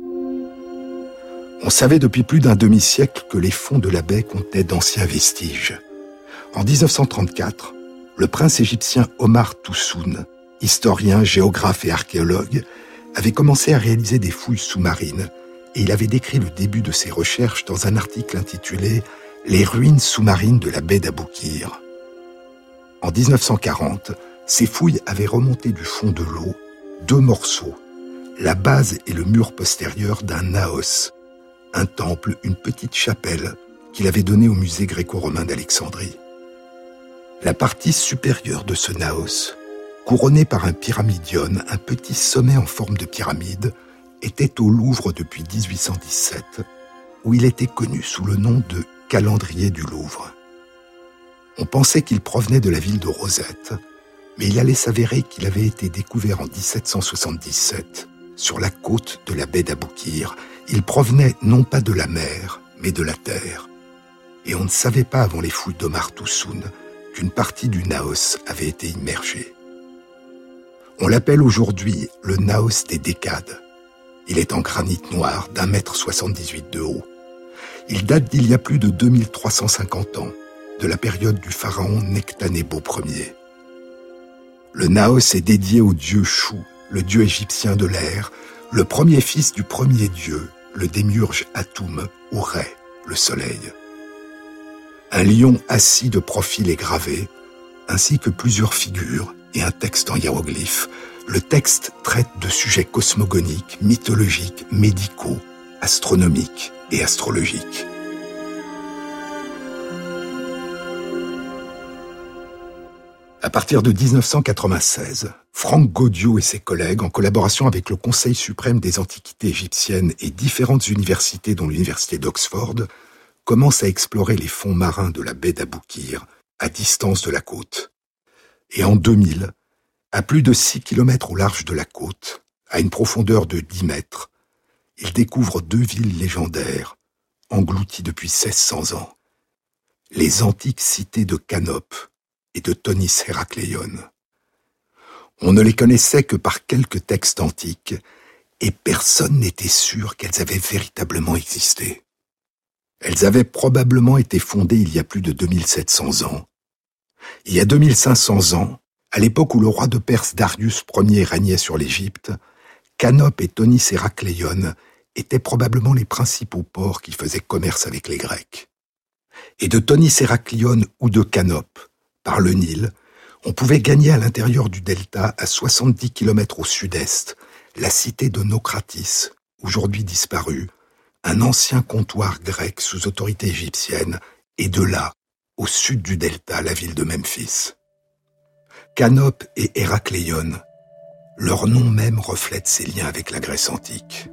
On savait depuis plus d'un demi-siècle que les fonds de la baie contenaient d'anciens vestiges. En 1934, le prince égyptien Omar Toussoun, historien, géographe et archéologue, avait commencé à réaliser des fouilles sous-marines et il avait décrit le début de ses recherches dans un article intitulé « Les ruines sous-marines de la baie d'Aboukir ». En 1940, ces fouilles avaient remonté du fond de l'eau 2 morceaux, la base et le mur postérieur d'un naos, un temple, une petite chapelle qu'il avait donnée au musée gréco-romain d'Alexandrie. La partie supérieure de ce naos, couronnée par un pyramidion, un petit sommet en forme de pyramide, était au Louvre depuis 1817, où il était connu sous le nom de calendrier du Louvre. On pensait qu'il provenait de la ville de Rosette, mais il allait s'avérer qu'il avait été découvert en 1777 sur la côte de la baie d'Aboukir. Il provenait non pas de la mer, mais de la terre. Et on ne savait pas avant les fouilles d'Omar Toussoun qu'une partie du naos avait été immergée. On l'appelle aujourd'hui le naos des Décades. Il est en granit noir d'1,78 m de haut. Il date d'il y a plus de 2350 ans, de la période du pharaon Nectanebo Ier. Le naos est dédié au dieu Chou, le dieu égyptien de l'air, le premier fils du premier dieu, le démiurge Atum, ou Ré, le soleil. Un lion assis de profil est gravé, ainsi que plusieurs figures et un texte en hiéroglyphes. Le texte traite de sujets cosmogoniques, mythologiques, médicaux, astronomiques et astrologiques. À partir de 1996, Franck Gaudiau et ses collègues, en collaboration avec le Conseil suprême des antiquités égyptiennes et différentes universités dont l'université d'Oxford, commencent à explorer les fonds marins de la baie d'Aboukir, à distance de la côte. Et en 2000, à plus de 6 km au large de la côte, à une profondeur de 10 mètres, ils découvrent 2 villes légendaires, englouties depuis 1600 ans. Les antiques cités de Canope et de Tonis Héracléon. On ne les connaissait que par quelques textes antiques, et personne n'était sûr qu'elles avaient véritablement existé. Elles avaient probablement été fondées il y a plus de 2700 ans. Il y a 2500 ans, à l'époque où le roi de Perse Darius Ier régnait sur l'Égypte, Canope et Tonis Héracléon étaient probablement les principaux ports qui faisaient commerce avec les Grecs. Et de Tonis Héracléon ou de Canope, par le Nil, on pouvait gagner à l'intérieur du delta, à 70 km au sud-est, la cité de Naucratis, aujourd'hui disparue, un ancien comptoir grec sous autorité égyptienne, et de là, au sud du delta, la ville de Memphis. Canope et Héracléon, leur nom même reflète ses liens avec la Grèce antique.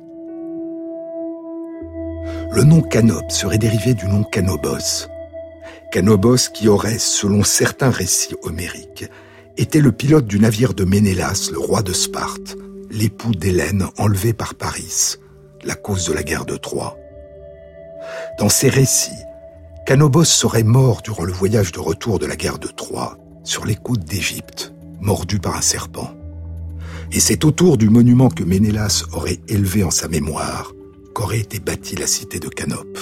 Le nom Canope serait dérivé du nom Canobos. Canobos qui aurait, selon certains récits homériques, été le pilote du navire de Ménélas, le roi de Sparte, l'époux d'Hélène enlevé par Paris, la cause de la guerre de Troie. Dans ces récits, Canobos serait mort durant le voyage de retour de la guerre de Troie, sur les côtes d'Égypte, mordu par un serpent. Et c'est autour du monument que Ménélas aurait élevé en sa mémoire qu'aurait été bâtie la cité de Canope.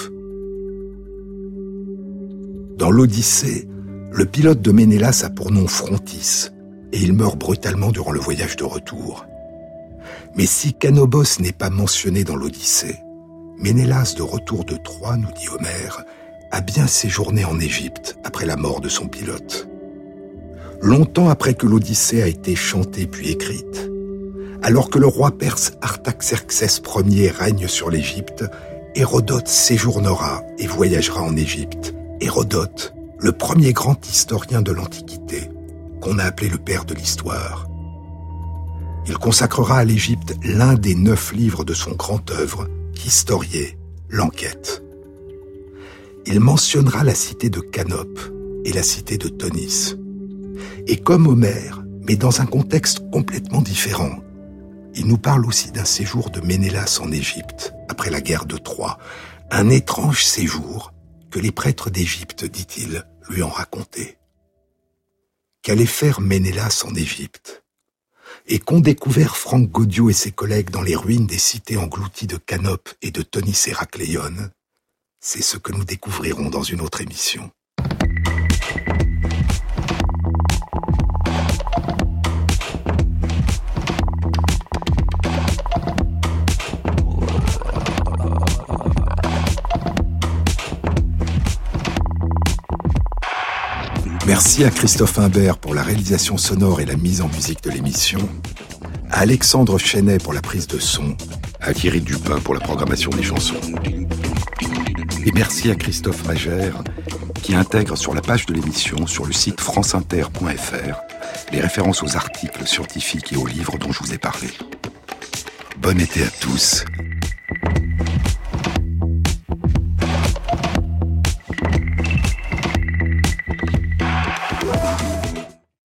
Dans l'Odyssée, le pilote de Ménélas a pour nom Phrontis, et il meurt brutalement durant le voyage de retour. Mais si Canobos n'est pas mentionné dans l'Odyssée, Ménélas de retour de Troie, nous dit Homère, a bien séjourné en Égypte après la mort de son pilote. Longtemps après que l'Odyssée a été chantée puis écrite, alors que le roi perse Artaxerxès Ier règne sur l'Égypte, Hérodote séjournera et voyagera en Égypte. Hérodote, le premier grand historien de l'Antiquité, qu'on a appelé le père de l'histoire. Il consacrera à l'Égypte l'un des 9 livres de son grand œuvre, Historié, l'Enquête. Il mentionnera la cité de Canope et la cité de Tonis. Et comme Homère, mais dans un contexte complètement différent, il nous parle aussi d'un séjour de Ménélas en Égypte, après la guerre de Troie. Un étrange séjour que les prêtres d'Égypte, dit-il, lui ont raconté. Qu'allait faire Ménélas en Égypte? Et qu'ont découvert Franck Gaudiot et ses collègues dans les ruines des cités englouties de Canope et de Tonis Héracléon, c'est ce que nous découvrirons dans une autre émission. Merci à Christophe Imbert pour la réalisation sonore et la mise en musique de l'émission, à Alexandre Chenet pour la prise de son, à Thierry Dupin pour la programmation des chansons. Et merci à Christophe Magère qui intègre sur la page de l'émission, sur le site franceinter.fr, les références aux articles scientifiques et aux livres dont je vous ai parlé. Bon été à tous